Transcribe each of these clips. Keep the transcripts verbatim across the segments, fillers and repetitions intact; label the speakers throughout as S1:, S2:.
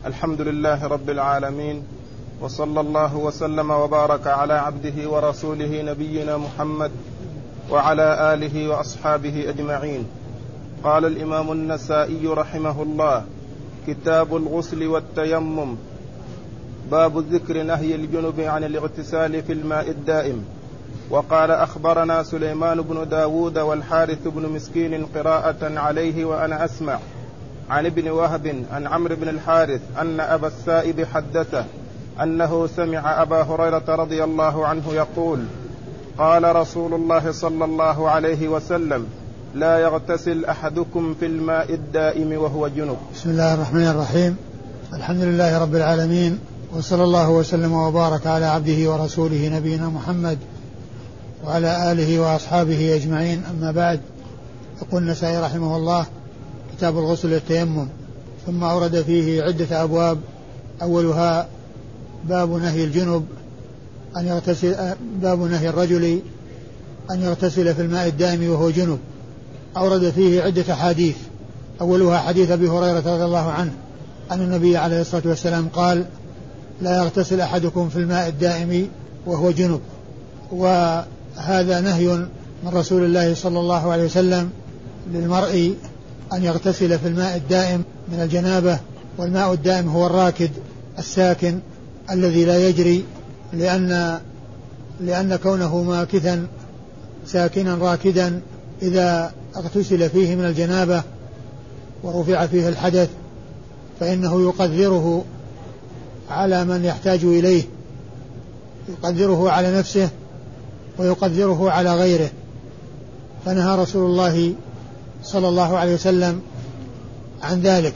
S1: الحمد لله رب العالمين، وصلى الله وسلم وبارك على عبده ورسوله نبينا محمد وعلى آله وأصحابه أجمعين. قال الإمام النسائي رحمه الله: كتاب الغسل والتيمم، باب ذكر نهي الجنب عن الاغتسال في الماء الدائم. وقال: أخبرنا سليمان بن داود والحارث بن مسكين قراءة عليه وأنا أسمع، عن ابن وهب عن عمرو بن الحارث أن أبا السائب حدثه أنه سمع أبا هريرة رضي الله عنه يقول: قال رسول الله صلى الله عليه وسلم: لا يغتسل أحدكم في الماء الدائم وهو جنب.
S2: بسم الله الرحمن الرحيم. الحمد لله رب العالمين، وصلى الله وسلم وبارك على عبده ورسوله نبينا محمد وعلى آله وأصحابه أجمعين. أما بعد، يقول النسائي رحمه الله: كتاب الغسل والتيمم، ثم أورد فيه عدة أبواب، أولها باب نهي الجنب أن يغتسل، باب نهي الرجل أن يغتسل في الماء الدائم وهو جنب. أورد فيه عدة حديث، أولها حديث أبي هريرة رضي الله عنه أن النبي عليه الصلاة والسلام قال: لا يغتسل أحدكم في الماء الدائم وهو جنب. وهذا نهي من رسول الله صلى الله عليه وسلم للمرء أن يغتسل في الماء الدائم من الجنابة. والماء الدائم هو الراكد الساكن الذي لا يجري، لأن لأن كونه ماكثا ساكنا راكدا إذا اغتسل فيه من الجنابة ورفع فيه الحدث فإنه يقدره على من يحتاج إليه، يقدره على نفسه ويقدره على غيره. فنهى رسول الله صلى الله عليه وسلم عن ذلك.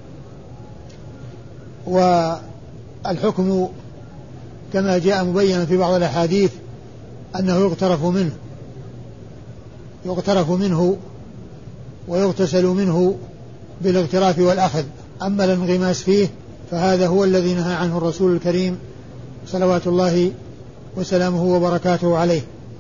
S2: والحكم كما جاء مبينا في بعض الأحاديث أنه يغترف منه يغترف منه ويغتسل منه بالاغتراف والأخذ. أما الانغماس فيه فهذا هو الذي نهى عنه الرسول الكريم صلوات الله وسلامه وبركاته عليه.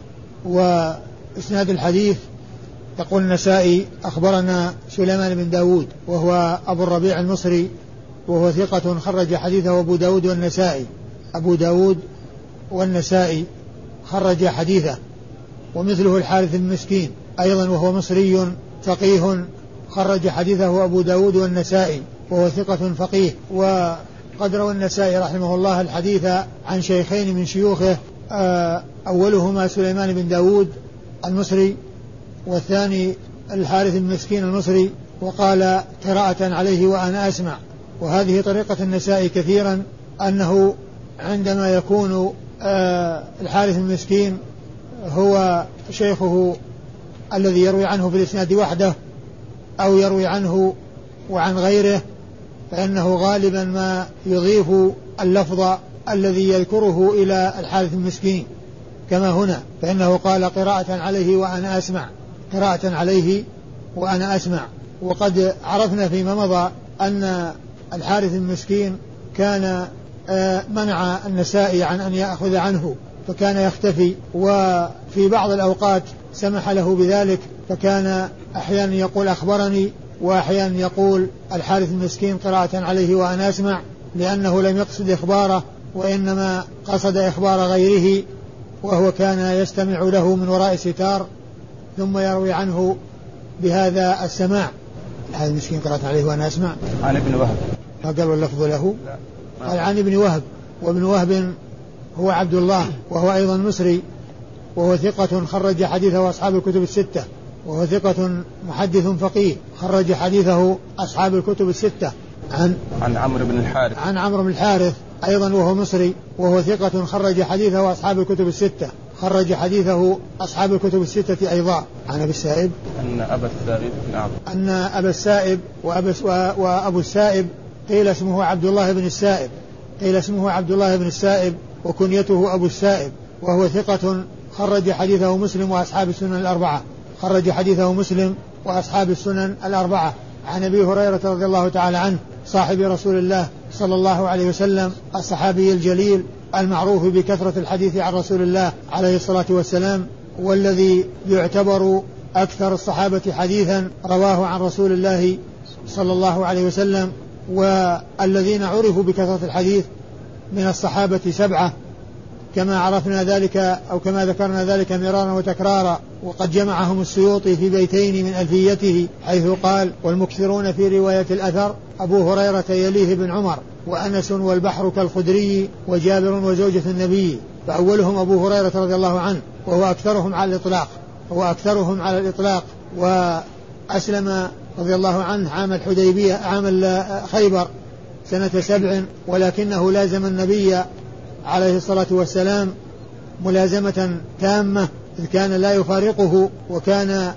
S2: وإسناد الحديث يقول النسائي: أخبرنا سليمان بن داود وهو أبو الربيع المصري، وهو ثقة خرج حديثه أبو داود والنسائي. أبو داود والنسائي خرج حديثه. ومثله الحارث المسكين أيضا وهو مصري فقيه، خرج حديثه أبو داود والنسائي وهو ثقة فقيه. وقد روى النسائي رحمه الله الحديث عن شيخين من شيوخه، أولهما سليمان بن داود المصري والثاني الحارث المسكين المصري، وقال: قراءة عليه وأنا أسمع. وهذه طريقة النسائي كثيرا، أنه عندما يكون الحارث المسكين هو شيخه الذي يروي عنه في الإسناد وحده أو يروي عنه وعن غيره، فإنه غالبا ما يضيف اللفظ الذي يذكره إلى الحارث المسكين، كما هنا فإنه قال: قراءة عليه وأنا أسمع، قراءة عليه وأنا أسمع. وقد عرفنا فيما مضى أن الحارث المسكين كان منع النسائي عن أن يأخذ عنه، فكان يختفي، وفي بعض الأوقات سمح له بذلك، فكان أحيانا يقول أخبرني، وأحيانا يقول الحارث المسكين قراءة عليه وأنا أسمع، لأنه لم يقصد إخباره وإنما قصد إخبار غيره، وهو كان يستمع له من وراء ستار ثم يروي عنه بهذا السماع. الحارث المسكين قراءة عليه وأنا أسمع
S1: عن ابن وهب،
S2: فقال واللفظ له قال عن ابن وهب. وابن وهب هو عبد الله وهو أيضا مصري، وهو ثقة خرج حديثه أصحاب الكتب الستة، وهو ثقة محدث فقيه خرج حديثه أصحاب الكتب الستة. عن
S1: عن عمرو بن الحارث
S2: عن عمرو بن الحارث أيضا وهو مصري، وهو ثقة خرج حديثه أصحاب الكتب الستة، خرج حديثه أصحاب الكتب الستة أيضا. عن أبي السائب
S1: أن أبا السائب نعم
S2: أن أبا السائب وأبو السائب قيل اسمه عبد الله بن السائب قيل اسمه عبد الله بن السائب وكنيته أبو السائب، وهو ثقة خرج حديثه مسلم وأصحاب السنن الأربعة خرج حديثه مسلم وأصحاب السنن الأربعة. عن أبي هريرة رضي الله تعالى عنه صاحب رسول الله صلى الله عليه وسلم، الصحابي الجليل المعروف بكثرة الحديث عن رسول الله عليه الصلاة والسلام، والذي يعتبر أكثر الصحابة حديثا رواه عن رسول الله صلى الله عليه وسلم، والذين عرفوا بكثرة الحديث من الصحابة سبعة كما عرفنا ذلك أو كما ذكرنا ذلك مرارا وتكرارا. وقد جمعهم السيوطي في بيتين من ألفيته حيث قال: والمكثرون في رواية الأثر أبو هريرة يليه بن عمر وأنس والبحر كالخدري وجابر وزوجة النبي. فأولهم أبو هريرة رضي الله عنه وهو أكثرهم على الإطلاق هو أكثرهم على الإطلاق وأسلم رضي الله عنه عام الحديبية عام خيبر سنة سبع، ولكنه لازم النبي عليه الصلاة والسلام ملازمة تامة، إذ كان لا يفارقه وكان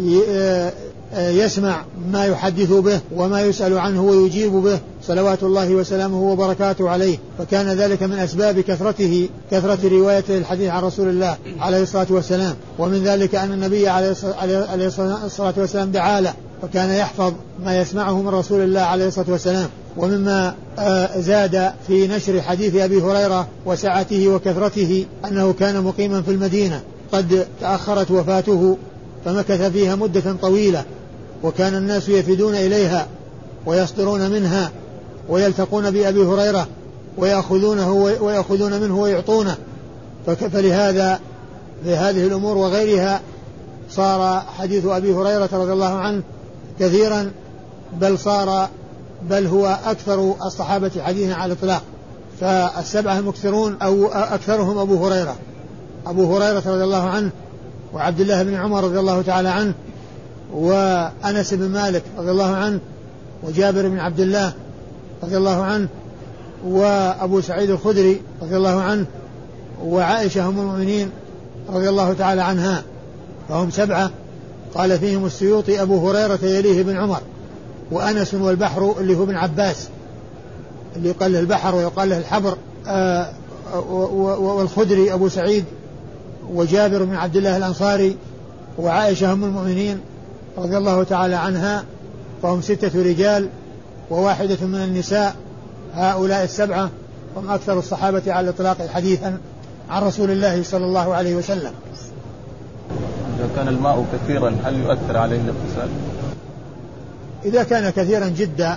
S2: يسمع ما يحدث به وما يسأل عنه ويجيب به صلوات الله وسلامه وبركاته عليه. فكان ذلك من أسباب كثرته كثرة رواية الحديث عن رسول الله عليه الصلاة والسلام. ومن ذلك أن النبي عليه الصلاة والسلام دعا له فكان يحفظ ما يسمعه من رسول الله عليه الصلاة والسلام. ومما زاد في نشر حديث أبي هريرة وسعته وكثرته أنه كان مقيما في المدينة قد تأخرت وفاته فمكث فيها مدة طويلة، وكان الناس يفدون إليها ويصدرون منها ويلتقون بأبي هريرة ويأخذونه ويأخذون منه ويعطونه. فلهذا لهذه الأمور وغيرها صار حديث أبي هريرة رضي الله عنه كثيرا، بل صار بل هو أكثر الصحابة حديثا على الإطلاق. فالسبعة المكثرون أو أكثرهم أبو هريرة أبو هريرة رضي الله عنه وعبد الله بن عمر رضي الله تعالى عنه وأنس بن مالك رضي الله عنه وجابر بن عبد الله رضي الله عنه وأبو سعيد الخدري رضي الله عنه وعائشة أم المؤمنين رضي الله تعالى عنها، فهم سبعة. قال فيهم السيوطي أبو هريرة يليه بن عمر وأنس والبحر اللي هو ابن عباس اللي يقال له البحر ويقال له الحبر، آه والخدري أبو سعيد وجابر بن عبد الله الأنصاري وعائشة أم المؤمنين رضي الله تعالى عنها، فهم ستة رجال وواحدة من النساء. هؤلاء السبعة هم أكثر الصحابة على الإطلاق حديثا عن رسول الله صلى الله عليه وسلم.
S3: إذا كان الماء كثيرا هل يؤثر عليه الاغتسال؟
S2: إذا كان كثيرا جدا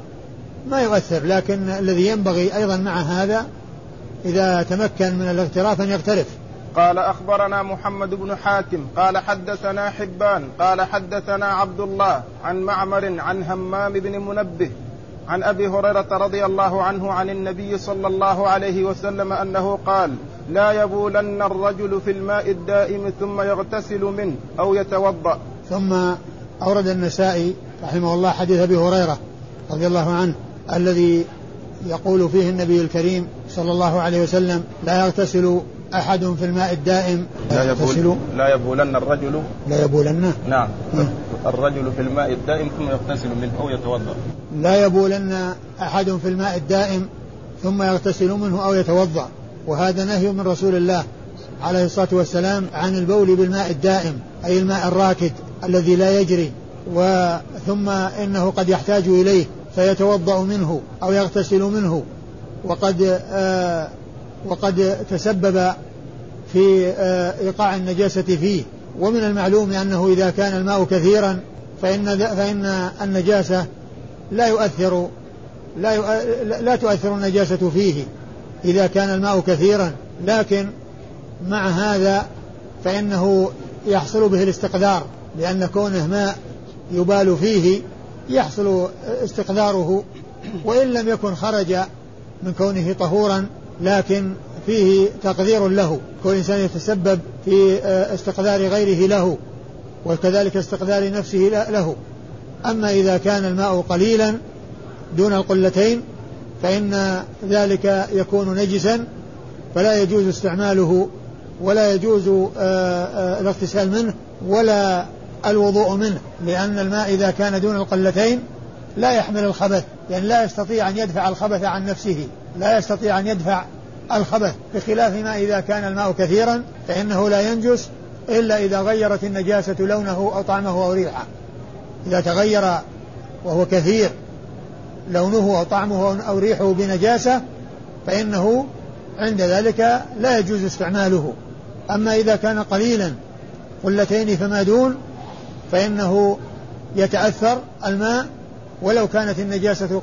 S2: ما يؤثر، لكن الذي ينبغي أيضا مع هذا إذا تمكن من الاغتراف أن يغترف.
S1: قال أخبرنا محمد بن حاتم قال حدثنا حبان قال حدثنا عبد الله عن معمر عن همام بن منبه عن أبي هريرة رضي الله عنه عن النبي صلى الله عليه وسلم أنه قال: لا يبولن الرجل في الماء الدائم ثم يغتسل منه أو يتوضأ.
S2: ثم أورد النسائي رحمه الله حديث أبي هريرة رضي الله عنه الذي يقول فيه النبي الكريم صلى الله عليه وسلم: لا يغتسل أحد في الماء الدائم
S3: لا يبول لا يبولن الرجل
S2: لا يبولن
S3: نعم الرجل في الماء الدائم ثم يغتسل منه أو يتوضأ.
S2: لا يبولن أحد في الماء الدائم ثم يغتسل منه أو يتوضأ. وهذا نهي من رسول الله عليه الصلاة والسلام عن البول بالماء الدائم أي الماء الراكد الذي لا يجري، وثم إنه قد يحتاج إليه فيتوضأ منه أو يغتسل منه، وقد آه وقد تسبب في آه إيقاع النجاسة فيه. ومن المعلوم أنه إذا كان الماء كثيرا فإن, فإن النجاسة لا يؤثر لا, لا تؤثر النجاسة فيه إذا كان الماء كثيرا، لكن مع هذا فإنه يحصل به الاستقذار، لأن كونه ماء يبال فيه يحصل استقذاره، وإن لم يكن خرج من كونه طهورا لكن فيه تقدير له، كل إنسان يتسبب في استقذار غيره له وكذلك استقذار نفسه له. أما إذا كان الماء قليلا دون القلتين فإن ذلك يكون نجسا فلا يجوز استعماله ولا يجوز الاغتسال منه ولا الوضوء منه، لأن الماء إذا كان دون القلتين لا يحمل الخبث، يعني لا يستطيع أن يدفع الخبث عن نفسه، لا يستطيع أن يدفع الخبث، بخلاف ما إذا كان الماء كثيرا فإنه لا ينجس إلا إذا غيرت النجاسة لونه أو طعمه أو ريحه. إذا تغير وهو كثير لونه أو طعمه أو ريحه بنجاسة فإنه عند ذلك لا يجوز استعماله. أما إذا كان قليلا قلتين فما دون فإنه يتأثر الماء ولو كانت النجاسة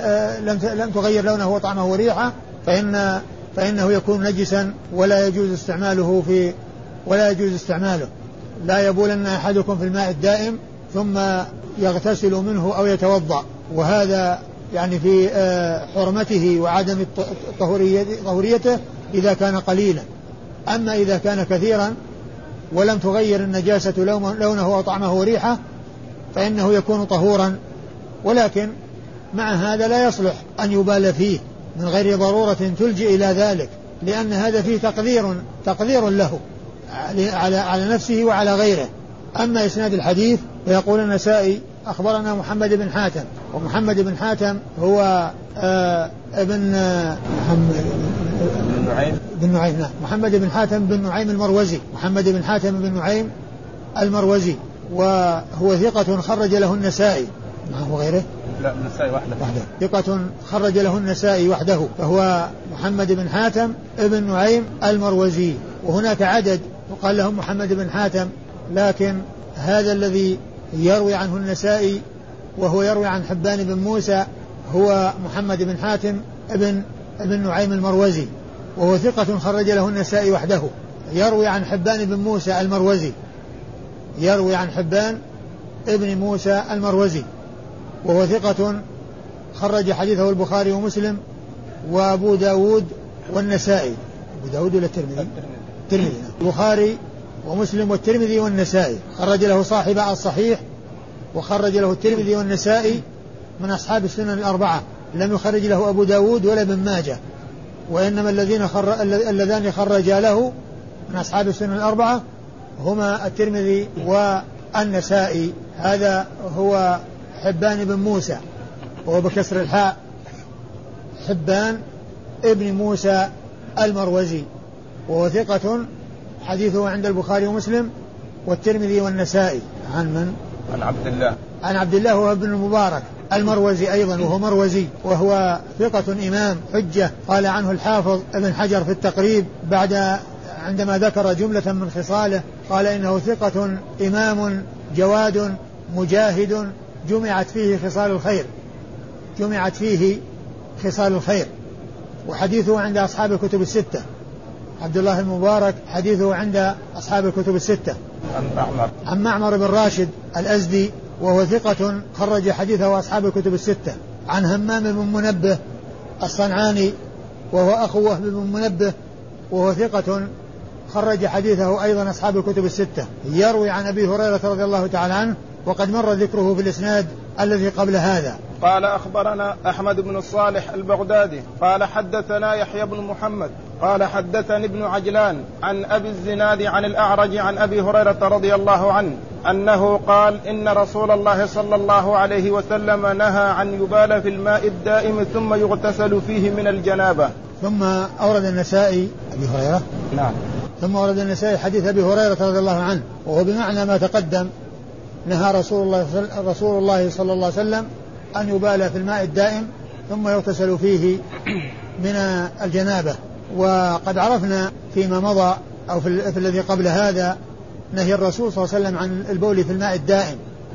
S2: لم تغير لونه وطعمه وريحه فإن فإنه يكون نجسا ولا يجوز استعماله في ولا يجوز استعماله. لا يبولن أحدكم في الماء الدائم ثم يغتسل منه أو يتوضأ، وهذا يعني في حرمته وعدم طهوريته إذا كان قليلا. أما إذا كان كثيرا ولم تغير النجاسة لونه وطعمه وريحه فإنه يكون طهورا، ولكن مع هذا لا يصلح أن يبال فيه من غير ضرورة تلجئ إلى ذلك، لأن هذا فيه تقدير تقدير له على على نفسه وعلى غيره. أما إسناد الحديث فيقول النسائي أخبرنا محمد بن حاتم، ومحمد بن حاتم هو آه ابن آه محمد
S3: بن نعيم
S2: بن نعيم نعم محمد بن حاتم بن نعيم المروزي، محمد بن حاتم بن نعيم المروزي، وهو ثقة خرج له النسائي معه غيره
S3: لا النسائي وحده
S2: وحده ثقة خرج له النسائي وحده، فهو محمد بن حاتم ابن نعيم المروزي. وهناك عدد وقال لهم محمد بن حاتم، لكن هذا الذي يروي عنه النسائي وهو يروي عن حبان بن موسى هو محمد بن حاتم ابن ابن نعيم المروزي، وهو ثقة خرج له النسائي وحده. يروي عن حبان بن موسى المروزي يروي عن حبان ابن موسى المروزي وهو ثقة خرج حديثه البخاري ومسلم وأبو داود والنسائي. أبو داود ولا الترمذي؟ الترمذي. البخاري ومسلم والترمذي والنسائي. خرج له صاحب الصحيح وخرج له الترمذي والنسائي من أصحاب السنن الأربعة، لم يخرج له أبو داود ولا ابن ماجه، وإنما الذين خر... اللذان خرجا له من أصحاب السنن الأربعة هما الترمذي والنسائي. هذا هو حبان بن موسى وهو بكسر الحاء حبان ابن موسى المروزي، وهو ثقة حديثه عند البخاري ومسلم والترمذي والنسائي. عن من؟
S3: عن عبد الله
S2: عن عبد الله وهو ابن المبارك المروزي أيضا، وهو مروزي وهو ثقة إمام حجة. قال عنه الحافظ ابن حجر في التقريب بعد عندما ذكر جملة من خصاله قال إنه ثقة إمام جواد مجاهد جمعت فيه خصال الخير جمعت فيه خصال الخير وحديثه عند أصحاب الكتب الستة. عبد الله المبارك حديثه عند أصحاب الكتب الستة.
S3: عن معمر
S2: عن معمر بن راشد الأزدي وهو ثقة خرج حديثه أصحاب الكتب الستة. عن همام بن منبه الصنعاني وهو أخو وهب بن منبه وهو ثقة خرج حديثه أيضا أصحاب الكتب الستة. يروي عن أبي هريرة رضي الله تعالى عنه وقد مر ذكره في الإسناد الذي قبل هذا.
S1: قال أخبرنا أحمد بن الصالح البغدادي قال حدثنا يحيى بن محمد قال حدثني ابن عجلان عن أبي الزناد عن الأعرج عن أبي هريرة رضي الله عنه أنه قال إن رسول الله صلى الله عليه وسلم نهى عن يبال في الماء الدائم ثم يغتسل فيه من الجنابة.
S2: ثم أورد النسائي أبي هريرة
S3: نعم
S2: ثم أورد النسائي حديث أبي هريرة رضي الله عنه وهو بمعنى ما تقدم. نهى رسول الله رسول الله صلى الله عليه وسلم أن يبال في الماء الدائم ثم يغتسل فيه من الجنابة. وقد عرفنا فيما مضى أو في, في الذي قبل هذا نهي الرسول صلى الله عليه وسلم عن البول في الماء الدائم،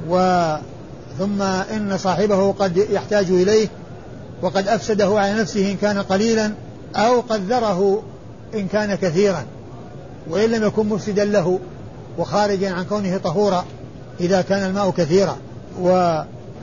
S2: وثم إن صاحبه قد يحتاج إليه وقد أفسده على نفسه إن كان قليلا أو قدره إن كان كثيرا، وإن لم يكن مفسدا له وخارجا عن كونه طهورا إذا كان الماء كثيرا. و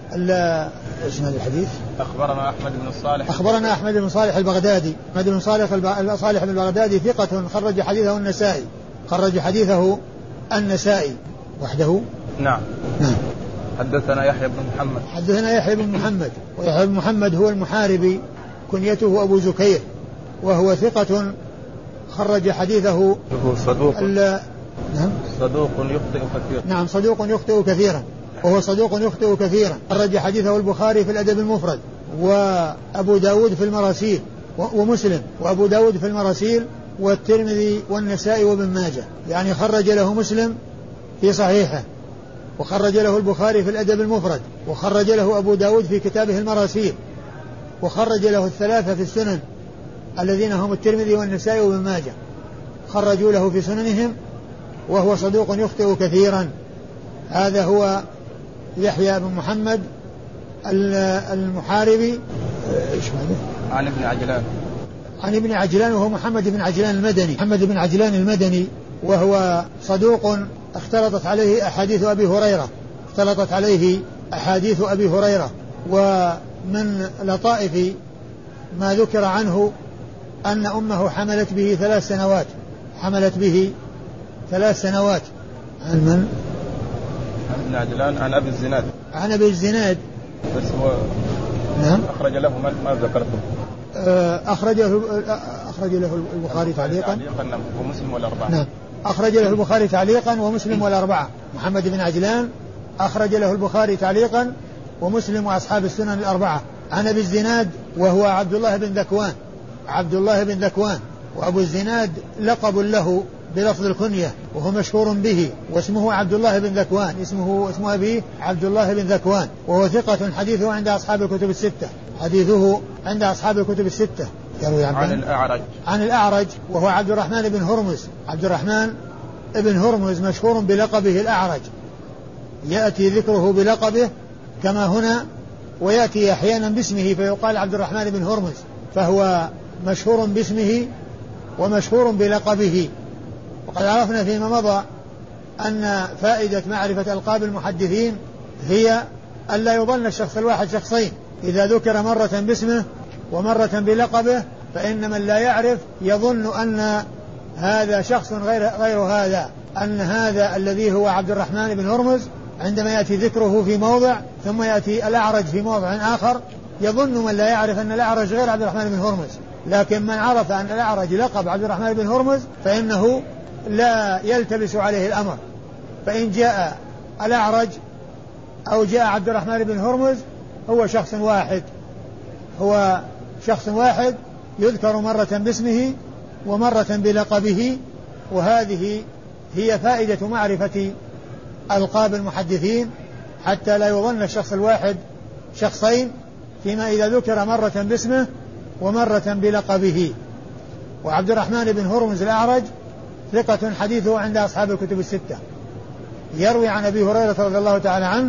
S2: اسم هذا الحديث
S3: أخبرنا أحمد بن الصالح
S2: أخبرنا أحمد بن صالح البغدادي أحمد بن صالح صالح بن البغدادي ثقة خرج حديثه النسائي خرج حديثه النسائي وحده.
S3: نعم
S2: نعم.
S3: حدثنا يحيى بن محمد
S2: حدثنا يحيى بن محمد ويحيى بن محمد هو المحاربي كنيته أبو زكير وهو ثقة خرج حديثه
S3: هو صدوق
S2: نعم
S3: صدوق يخطئ كثيرا
S2: نعم صدوق يخطئ كثيرا وهو صدوق يخطئ كثيرا. خرج حديثه البخاري في الأدب المفرد وأبو داود في المراسيل ومسلم وأبو داود في المراسيل والترمذي والنسائي وابن ماجه، يعني خرج له مسلم في صحيحه وخرج له البخاري في الأدب المفرد وخرج له أبو داود في كتابه المراسيل وخرج له الثلاثة في السنن الذين هم الترمذي والنسائي وابن ماجه خرجوا له في سننهم وهو صدوق يخطئ كثيرا. هذا هو يحيى بن محمد المحاربي ايش هذا؟
S3: عن ابن عجلان
S2: عن ابن عجلان وهو محمد بن عجلان المدني محمد بن عجلان المدني وهو صدوق اختلطت عليه أحاديث أبي هريرة اختلطت عليه أحاديث أبي هريرة. ومن لطائف ما ذكر عنه أن أمه حملت به ثلاث سنوات حملت به ثلاث سنوات. عن من؟
S3: عن ابن عجلان عن أبي الزناد
S2: عن أبي الزناد
S3: بس هو
S2: نعم
S3: أخرج له ما ذكرته
S2: أخرج له أخرج له البخاري تعليقا
S3: ومسلم والأربعة.
S2: نعم أخرج له البخاري تعليقا ومسلم والأربعة. محمد بن عجلان أخرج له البخاري تعليقا ومسلم وأصحاب السنن الأربعة. عن أبي الزناد وهو عبد الله بن ذكوان عبد الله بن ذكوان وأبو الزناد لقب له بلفظ الكنية وهو مشهور به واسمه عبد الله بن ذكوان اسمه اسمه أبيه عبد الله بن ذكوان وهو ثقة حديثه عند أصحاب الكتب الستة حديثه عند أصحاب الكتب الستة. يروي
S3: عن الأعرج
S2: عن الأعرج وهو عبد الرحمن بن هرمز عبد الرحمن بن هرمز مشهور بلقبه الأعرج يأتي ذكره بلقبه كما هنا ويأتي أحيانا باسمه فيقال عبد الرحمن بن هرمز فهو مشهور باسمه ومشهور بلقبه. وقد عرفنا فيما مضى أن فائدة معرفة ألقاب المحدثين هي ألا يظن الشخص الواحد شخصين إذا ذكر مرة باسمه ومرة بلقبه فإن من لا يعرف يظن أن هذا شخص غير, غير هذا أن هذا الذي هو عبد الرحمن بن هرمز عندما يأتي ذكره في موضع ثم يأتي الأعرج في موضع آخر يظن من لا يعرف أن الأعرج غير عبد الرحمن بن هرمز. لكن من عرف أن الأعرج لقب عبد الرحمن بن هرمز فإنه لا يلتبس عليه الأمر فإن جاء الأعرج أو جاء عبد الرحمن بن هرمز هو شخص واحد هو شخص واحد يذكر مرة باسمه ومرة بلقبه. وهذه هي فائدة معرفة ألقاب المحدثين حتى لا يظن الشخص الواحد شخصين فيما إذا ذكر مرة باسمه ومرة بلقبه. وعبد الرحمن بن هرمز الأعرج ثقة حديثه عند أصحاب الكتب الستة يروي عن أبي هريرة رضي الله تعالى عنه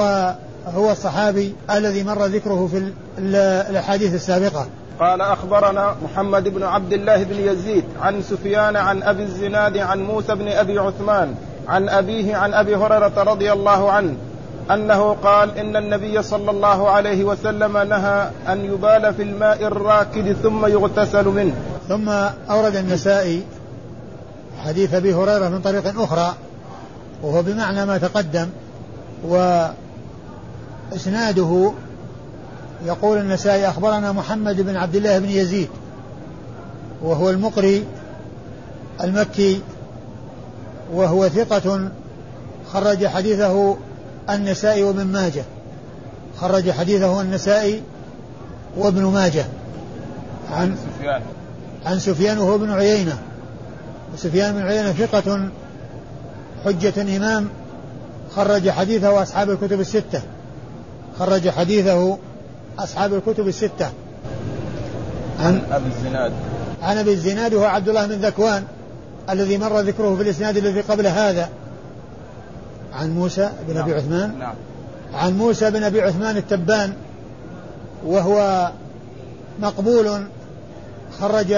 S2: وهو الصحابي الذي مر ذكره في الأحاديث السابقة.
S1: قال أخبرنا محمد بن عبد الله بن يزيد عن سفيان عن أبي الزناد عن موسى بن أبي عثمان عن أبيه عن أبي هريرة رضي الله عنه أنه قال إن النبي صلى الله عليه وسلم نهى أن يبال في الماء الراكد ثم يغتسل منه.
S2: ثم أورد النسائي حديث أبي هريرة من طريق أخرى وهو بمعنى ما تقدم وإسناده يقول النسائي أخبرنا محمد بن عبد الله بن يزيد وهو المقري المكي وهو ثقة خرج حديثه النسائي وابن ماجه خرج حديثه النسائي وابن ماجه عن
S3: سفيان
S2: عن سفيان وهو ابن عيينة وسفيان بن عيينة ثقة حجة إمام خرج حديثه أصحاب الكتب الستة خرج حديثه أصحاب الكتب الستة.
S3: عن أبي الزناد
S2: عن أبي الزناد وهو عبد الله بن ذكوان الذي مر ذكره في الإسناد الذي قبل هذا. عن موسى بن
S3: نعم.
S2: أبي عثمان
S3: نعم.
S2: عن موسى بن أبي عثمان التبان وهو مقبول خرج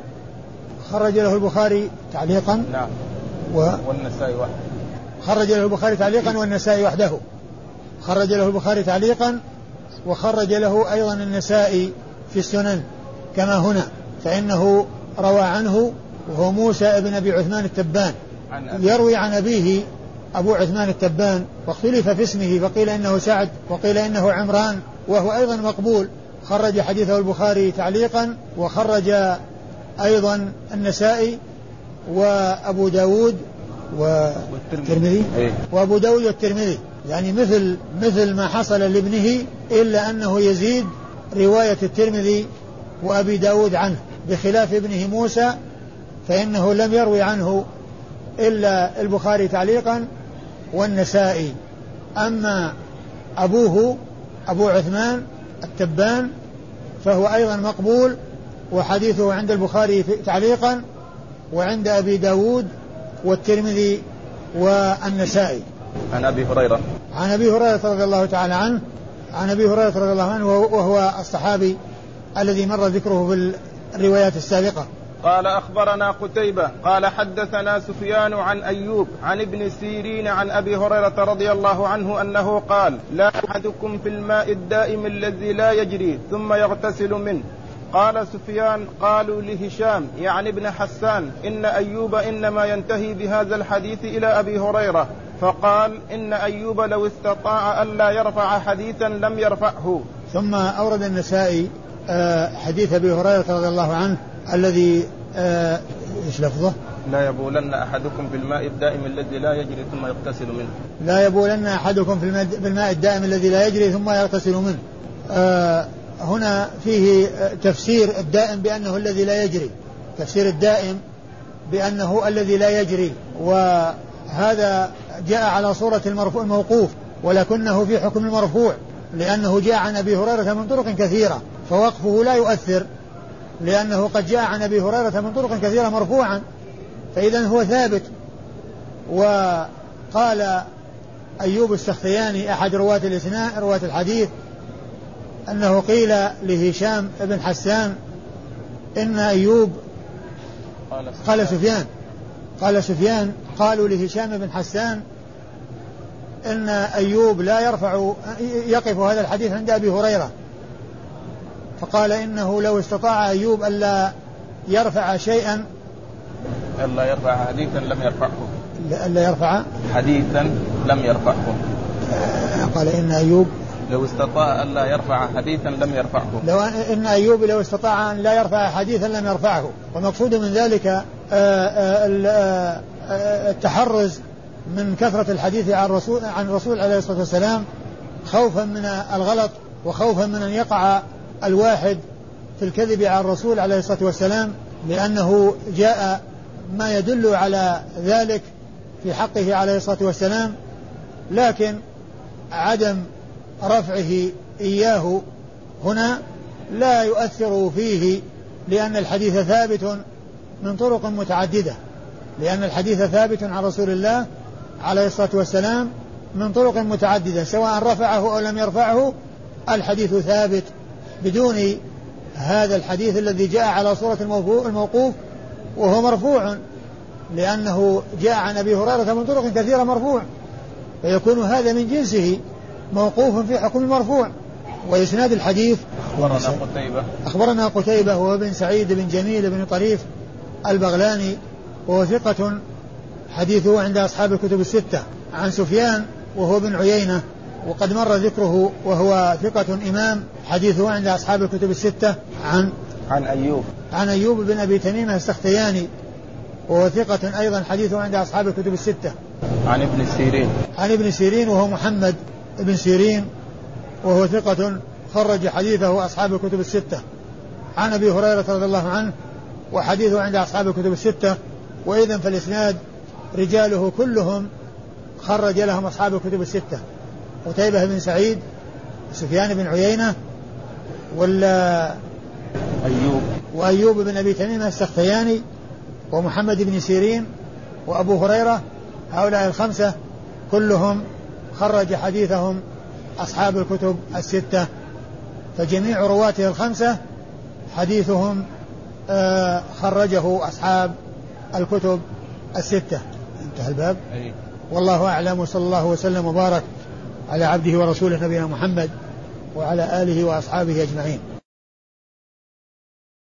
S2: خرج له البخاري تعليقا
S3: نعم.
S2: و
S3: والنسائي وحده
S2: خرج له البخاري تعليقا والنسائي وحده خرج له البخاري تعليقا وخرج له أيضا النسائي في السنن كما هنا فإنه روى عنه وهو موسى بن أبي عثمان التبان يروي عن أبيه أبو عثمان التبان واختلف في اسمه فقيل إنه سعد وقيل إنه عمران وهو أيضا مقبول خرج حديثه البخاري تعليقا وخرج أيضا النسائي وأبو داود والترمذي وأبو داود والترمذي يعني مثل مثل ما حصل لابنه إلا أنه يزيد رواية الترمذي وأبي داود عنه بخلاف ابنه موسى فإنه لم يروي عنه إلا البخاري تعليقا والنسائي. أما أبوه أبو عثمان التبان فهو أيضا مقبول وحديثه عند البخاري تعليقا وعند أبي داود والترمذي والنسائي.
S3: عن أبي هريرة
S2: عن أبي هريرة رضي الله تعالى عنه عن أبي هريرة رضي الله عنه وهو الصحابي الذي مر ذكره في الروايات السابقة.
S1: قال أخبرنا قتيبة قال حدثنا سفيان عن أيوب عن ابن سيرين عن أبي هريرة رضي الله عنه أنه قال لا أحدكم في الماء الدائم الذي لا يجري ثم يغتسل منه. قال سفيان قالوا لهشام يعني ابن حسان إن أيوب إنما ينتهي بهذا الحديث إلى أبي هريرة، فقال إن أيوب لو استطاع ألا يرفع حديثا لم يرفعه.
S2: ثم أورد النسائي حديث أبي هريرة رضي الله عنه الذي ايش لفظه؟
S3: لا يبولن أحدكم في الماء الدائم الذي لا يجري ثم يغتسل منه.
S2: لا يبولن أحدكم في الماء الدائم الذي لا يجري ثم يغتسل منه. آه هنا فيه تفسير الدائم بأنه الذي لا يجري، تفسير الدائم بأنه الذي لا يجري، وهذا جاء على صورة المرفوع الموقوف ولكنه في حكم المرفوع لأنه جاء عن أبي هريرة من طرق كثيرة، فوقفه لا يؤثر لأنه قد جاء عن أبي هريرة من طرق كثيرة مرفوعا، فإذا هو ثابت. وقال أيوب السختياني أحد رواة الإسناد رواة الحديث أنه قيل لهشام بن حسان إن أيوب قال سفيان قال سفيان قالوا لهشام بن حسان إن أيوب لا يرفع يقف هذا الحديث عند أبي هريرة، فقال إنه لو استطاع أيوب ألا يرفع شيئا
S3: ألا يرفع حديثا لم يرفعه
S2: ألا يرفع
S3: حديثا لم يرفعه.
S2: قال إن أيوب
S3: لو استطاع أن لا يرفع حديثا لم يرفعه.
S2: لو إن أيوب لو استطاع أن لا يرفع حديثا لم يرفعه. والمقصود من ذلك التحرز من كثرة الحديث عن الرسول عن الرسول عليه الصلاة والسلام خوفا من الغلط وخوفا من أن يقع الواحد في الكذب على الرسول عليه الصلاة والسلام، لأنه جاء ما يدل على ذلك في حقه عليه الصلاة والسلام، لكن عدم رفعه إياه هنا لا يؤثر فيه لأن الحديث ثابت من طرق متعددة، لأن الحديث ثابت عن رسول الله عليه الصلاة والسلام من طرق متعددة، سواء رفعه أو لم يرفعه الحديث ثابت بدون هذا الحديث الذي جاء على صورة الموقوف وهو مرفوع، لأنه جاء عن أبي هريرة من طرق كثيرة مرفوع، فيكون هذا من جنسه موقوف في حكم المرفوع. وإسناد الحديث
S3: أخبرنا قتيبة
S2: أخبرنا قتيبة وهو بن سعيد بن جميل بن طريف البغلاني وهو ثقة حديثه عند أصحاب الكتب الستة، عن سفيان وهو بن عيينة وقد مر ذكره وهو ثقة إمام حديثه عند أصحاب الكتب الستة، عن
S1: عن أيوب
S2: عن أيوب بن أبي تميمة السختياني وهو ثقة أيضا حديثه عند أصحاب الكتب الستة،
S3: عن ابن سيرين
S2: عن ابن سيرين وهو محمد ابن سيرين وهو ثقة خرج حديثه أصحاب الكتب الستة، عن أبي هريرة رضي الله عنه وحديثه عند أصحاب الكتب الستة. وإذن فالإسناد رجاله كلهم خرج لهم أصحاب الكتب الستة، قتيبة بن سعيد سفيان بن عيينة ولا
S3: أيوب
S2: وأيوب بن أبي تميمة السختياني ومحمد بن سيرين وأبو هريرة، هؤلاء الخمسة كلهم خرج حديثهم أصحاب الكتب الستة، فجميع رواته الخمسة حديثهم آه خرجه أصحاب الكتب الستة. انتهى الباب.
S3: أي.
S2: والله أعلم، وصلى الله وسلم وبارك على عبده ورسوله نبينا محمد وعلى آله وأصحابه أجمعين.